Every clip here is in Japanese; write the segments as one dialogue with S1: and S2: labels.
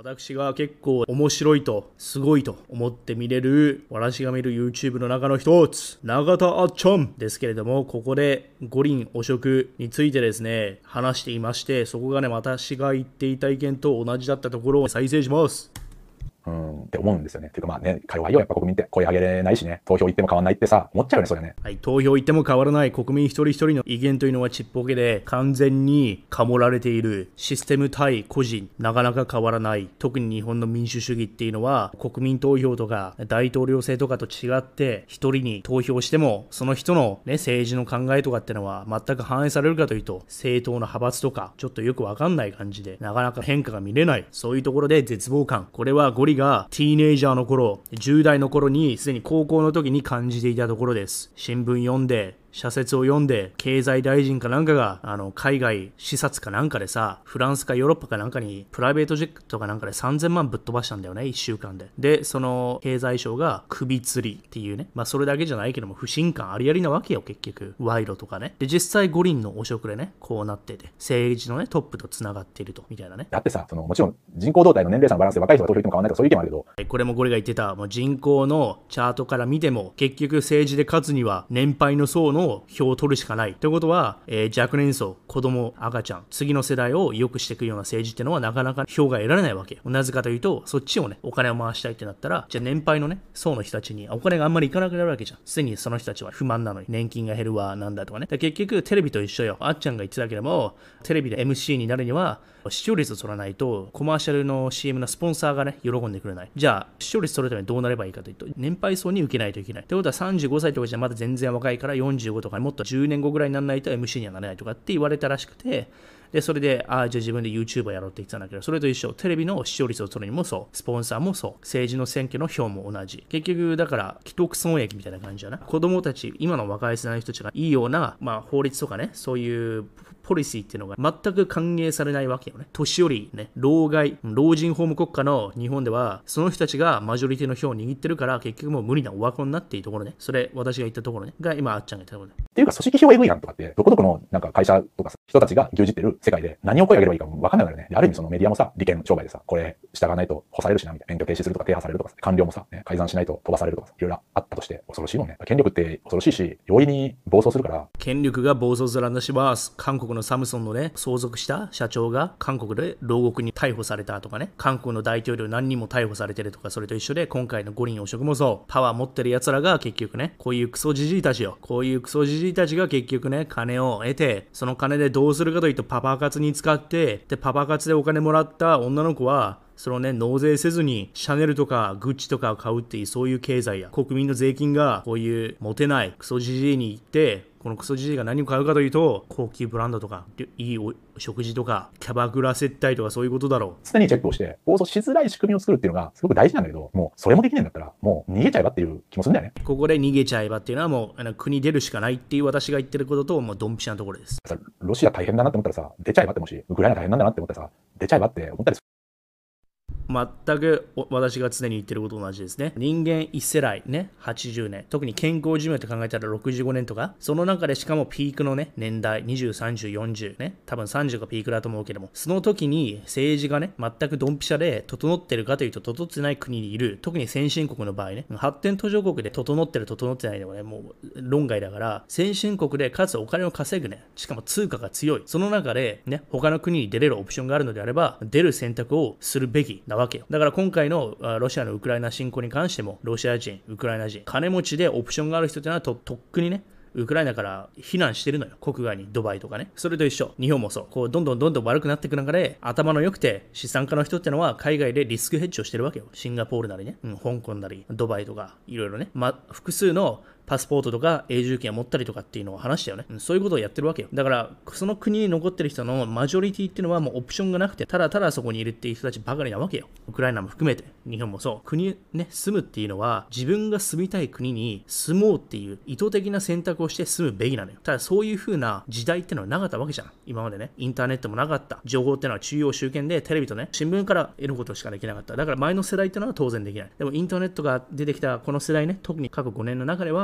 S1: 私が結構面白いとすごいと思って見れる私が見る YouTube の中の一つ、永田あっちゃんですけれども、ここで五輪汚職についてですね話していまして、そこがね私が言っていた意見と同じだったところを再生します。
S2: って思うんですよね。っていうかまあね、か弱いよ、やっぱ国民って声上げれないしね、投票行っても変わんないってさ、思っちゃうよね、それね。
S1: はい、投票行っても変わらない国民一人一人の意見というのはちっぽけで、完全にかもられているシステム対個人、なかなか変わらない。特に日本の民主主義っていうのは、国民投票とか大統領制とかと違って、一人に投票しても、その人のね、政治の考えとかっていうのは全く反映されるかというと、政党の派閥とか、ちょっとよくわかんない感じで、なかなか変化が見れない。そういうところで絶望感。これはゴリがティーネイジャーの頃、10代の頃にすでに高校の時に感じていたところです。新聞読んで、社説を読んで、経済大臣かなんかが海外視察かなんかでさ、フランスかヨーロッパかなんかにプライベートジェットかなんかで3000万ぶっ飛ばしたんだよね、1週間で。で、その経済省が首吊りっていうね、まあそれだけじゃないけども不信感ありありなわけよ、結局賄賂とかね。で、実際五輪の汚職でね、こうなってて、政治のねトップとつながっているとみたいなね。
S2: だってさ、もちろん人口動態の年齢差のバランスで若い人が投票行っても変わらないとかそういう意見もあるけど、
S1: これもゴリが言ってた、もう人口のチャートから見ても結局政治で勝つには年配の層の票を取るしかない。ということは、若年層、子供、赤ちゃん、次の世代を良くしていくような政治っていうのはなかなか票が得られないわけよ。なぜかというと、そっちをね、お金を回したいってなったら、じゃあ年配のね、層の人たちにお金があんまりいかなくなるわけじゃん。すでにその人たちは不満なのに、年金が減るわ、なんだとかね。結局テレビと一緒よ。あっちゃんが言ってたけども、テレビで MC になるには、視聴率を取らないと、コマーシャルの CM のスポンサーがね、喜んでくれない。じゃあ、視聴率取るためにどうなればいいかというと、年配層に受けないといけない。ということは35歳とかじゃまだ全然若いから45とかもっと10年後ぐらいにならないと MC にはなれないとかって言われたらしくて、で、それで、じゃあ自分で YouTuber やろうって言ってたんだけど、それと一緒。テレビの視聴率を取るにもそう。スポンサーもそう。政治の選挙の票も同じ。結局、だから、既得損益みたいな感じだな。子供たち、今の若い世代の人たちがいいような、まあ、法律とかね、そういうポリシーっていうのが全く歓迎されないわけよね。年寄りね、老人ホーム国家の日本では、その人たちがマジョリティの票を握ってるから、結局もう無理なオワコンになっているところね。それ、私が言ったところね。が、今、あっちゃんが言ったところね。
S2: っていうか組織票エグいやんとかって、どこどこのなんか会社とか人たちが牛耳ってる世界で何を声を上げればいいか分かんないからね。ある意味そのメディアもさ、利権商売でさ、これ従わないと干されるしなみたいな。免許停止するとか停波されるとか、官僚もさ、改ざんしないと飛ばされるとか、いろいろあったとして恐ろしいもんね。権力って恐ろしいし、容易に暴走するから。
S1: 権力が暴走する話は、韓国のサムソンのね、相続した社長が韓国で牢獄に逮捕されたとかね、韓国の大統領何人も逮捕されてるとか、それと一緒で、今回の五輪汚職もそう、パワー持ってる奴らが結局ね、こういうクソジジイたちよ。こういうクソジジイたちが結局ね、金を得て、その金でどうするかというと、パパ活に使って、で、パパ活でお金もらった女の子は、そのね、納税せずにシャネルとかグッチとかを買うっていうそういう経済や国民の税金がこういうモテないクソジジイに行って、このクソジジイが何を買うかというと高級ブランドとかいいお食事とかキャバクラ接待とかそういうことだろう。
S2: 常にチェックをして暴走しづらい仕組みを作るっていうのがすごく大事なんだけど、もうそれもできないんだったらもう逃げちゃえばっていう気もするんだよね。
S1: ここで逃げちゃえばっていうのはもう国出るしかないっていう私が言ってることともうドンピシャなところです。
S2: ロシア大変だなって思ったらさ、出ちゃえばって、もしウクライナ大変なんだなって思ったらさ、出ちゃえばって思ったりする。
S1: 全く私が常に言ってることと同じですね。人間1世代ね、80年。特に健康寿命って考えたら65年とか、その中でしかもピークのね、年代、20、30、40ね、多分30がピークだと思うけども、その時に政治がね、全くドンピシャで整ってるかというと整ってない国にいる、特に先進国の場合ね、発展途上国で整ってる整ってないでもね、もう論外だから、先進国でかつお金を稼ぐね、しかも通貨が強い。その中でね、他の国に出れるオプションがあるのであれば、出る選択をするべきなわけよ。だから今回のロシアのウクライナ侵攻に関しても、ロシア人、ウクライナ人、金持ちでオプションがある人っていうのはとっくにね、ウクライナから避難してるのよ。国外にドバイとかね。それと一緒。日本もそう。こうどんどん悪くなっていく中で、頭の良くて資産家の人ってのは海外でリスクヘッジをしてるわけよ。シンガポールなりね、香港なり、ドバイとか、いろいろね。複数のパスポートとか永住権を持ったりとかっていうのを話したよね。そういうことをやってるわけよ。だから、その国に残ってる人のマジョリティっていうのはもうオプションがなくて、ただただそこにいるっていう人たちばかりなわけよ。ウクライナも含めて、日本もそう。国ね、住むっていうのは、自分が住みたい国に住もうっていう意図的な選択をして住むべきなのよ。ただそういう風な時代ってのはなかったわけじゃん。今までね、インターネットもなかった。情報ってのは中央集権でテレビとね、新聞から得ることしかできなかった。だから前の世代ってのは当然できない。でもインターネットが出てきたこの世代ね、特に過去5年の中では、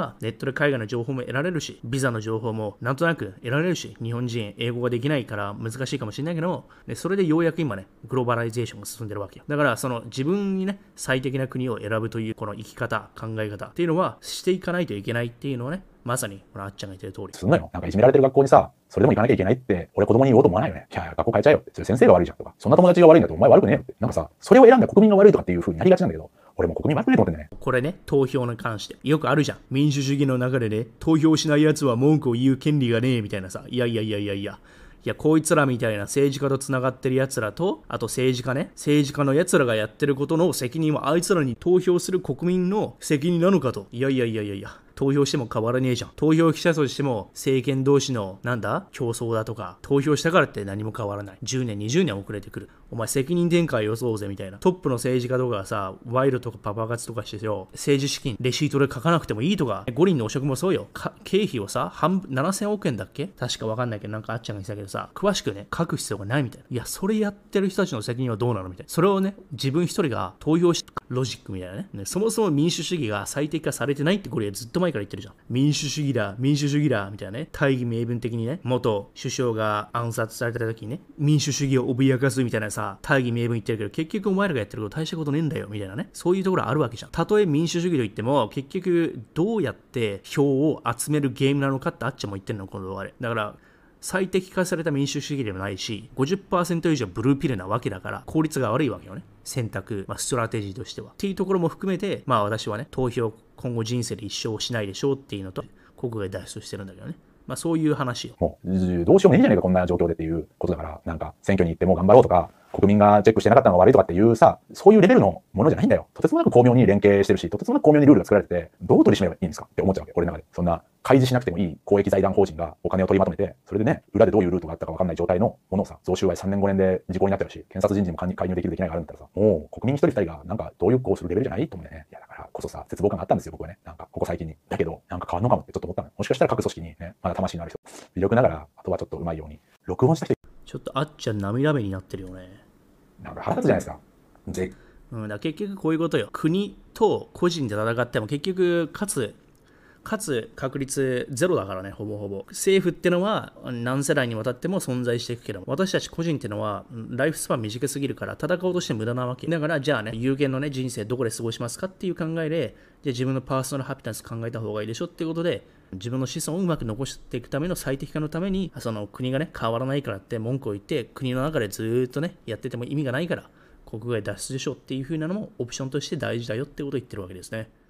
S1: ばネットで海外の情報も得られるし、ビザの情報もなんとなく得られるし、日本人英語ができないから難しいかもしれないけど、でそれでようやく今ね、グローバライゼーションが進んでるわけよ。だからその自分にね、最適な国を選ぶというこの生き方、考え方っていうのはしていかないといけないっていうのはね、まさにこのあっちゃんが言ってる通り。
S2: すんのよ。なんかいじめられてる学校にさ、それでも行かなきゃいけないって、俺子供に言おうと思わないよね。いや、学校変えちゃえよって。それ先生が悪いじゃんとか。そんな友達が悪いんだとお前悪くねえよって。なんかさ、それを選んだ国民が悪いとかっていう風になりがちなんだけど、俺も国民悪くねえと思ってんだよね。
S1: これね、投票に関して。よくあるじゃん。民主主義の中でね、投票しない奴は文句を言う権利がねえみたいなさ。いや、こいつらみたいな政治家とつながってる奴らと、あと政治家の奴らがやってることの責任はあいつらに投票する国民の責任なのかと。いや。投票しても変わらねえじゃん。投票したとしても政権同士の競争だとか、投票したからって何も変わらない。10年、20年遅れてくる。お前責任転嫁予想ぜみたいな。トップの政治家とかがさ、賄賂とかパパ活とかしてよ、政治資金、レシートで書かなくてもいいとか、五輪の汚職もそうよ。経費をさ、7000億円だっけ確かわかんないけど、なんかあっちゃんが言ってたけどさ、詳しくね、書く必要がないみたいな。いや、それやってる人たちの責任はどうなのみたいな。それをね、自分一人が投票し、ロジックみたいなね。そもそも民主主義が最適化されてないってこれずっと前から言ってるじゃん。民主主義だ、みたいなね。大義名分的にね、元首相が暗殺された時にね、民主主義を脅かすみたいなさ、大義名分言ってるけど、結局お前らがやってること大したことねえんだよ、みたいなね。そういうところあるわけじゃん。たとえ民主主義と言っても、結局どうやって票を集めるゲームなのかってあっちも言ってるの、この動画で。だから、最適化された民主主義でもないし、50% 以上ブルーピルなわけだから、効率が悪いわけよね。選択、ストラテジーとしては。っていうところも含めて、私はね、投票、今後人生で一生しないでしょうっていうのと、国外脱出してるんだけどね。そういう話よ。
S2: もう、どうしようもねえじゃねえか、こんな状況でっていうことだから、なんか、選挙に行っても頑張ろうとか、国民がチェックしてなかったのが悪いとかっていうさ、そういうレベルのものじゃないんだよ。とてつもなく巧妙に連携してるし、とてつもなく巧妙にルールが作られてて、どう取り締めればいいんですかって思っちゃうわけ、俺の中で。そんな、開示しなくてもいい公益財団法人がお金を取りまとめて、それでね、裏でどういうルートがあったか分かんない状態のものをさ、贈収賄3年5年で時効になってるし、検察人事も介入できるできないがあるんだったらさ、もう国民一人二人がなんかどういうこうするレベルじゃないと思うんだよね。いやだからこそさ、絶望感があったんですよ、僕はね。なんかここ最近に。だけど、なんか変わんのかもってちょっと思ったのよ。もしかしたら各組織にね、まだ魂のある人、微力ながら、あとはちょっとうまいように、録音した人、
S1: ちょっとあっちゃん涙目になってるよね。
S2: なんか腹立つじゃないですか。
S1: だから結局こういうことよ。国と個人で戦っても結局勝つ確率ゼロだからね、ほぼほぼ。政府ってのは何世代にわたっても存在していくけど、私たち個人ってのはライフスパン短すぎるから戦おうとして無駄なわけ。だからじゃあね、有限のね、人生どこで過ごしますかっていう考えで、じゃあ自分のパーソナルハピネス考えた方がいいでしょっていうことで、自分の子孫をうまく残していくための最適化のために、その国がね、変わらないからって文句を言って、国の中でずーっとね、やってても意味がないから、国外脱出でしょっていう風なのもオプションとして大事だよってことを言ってるわけですね。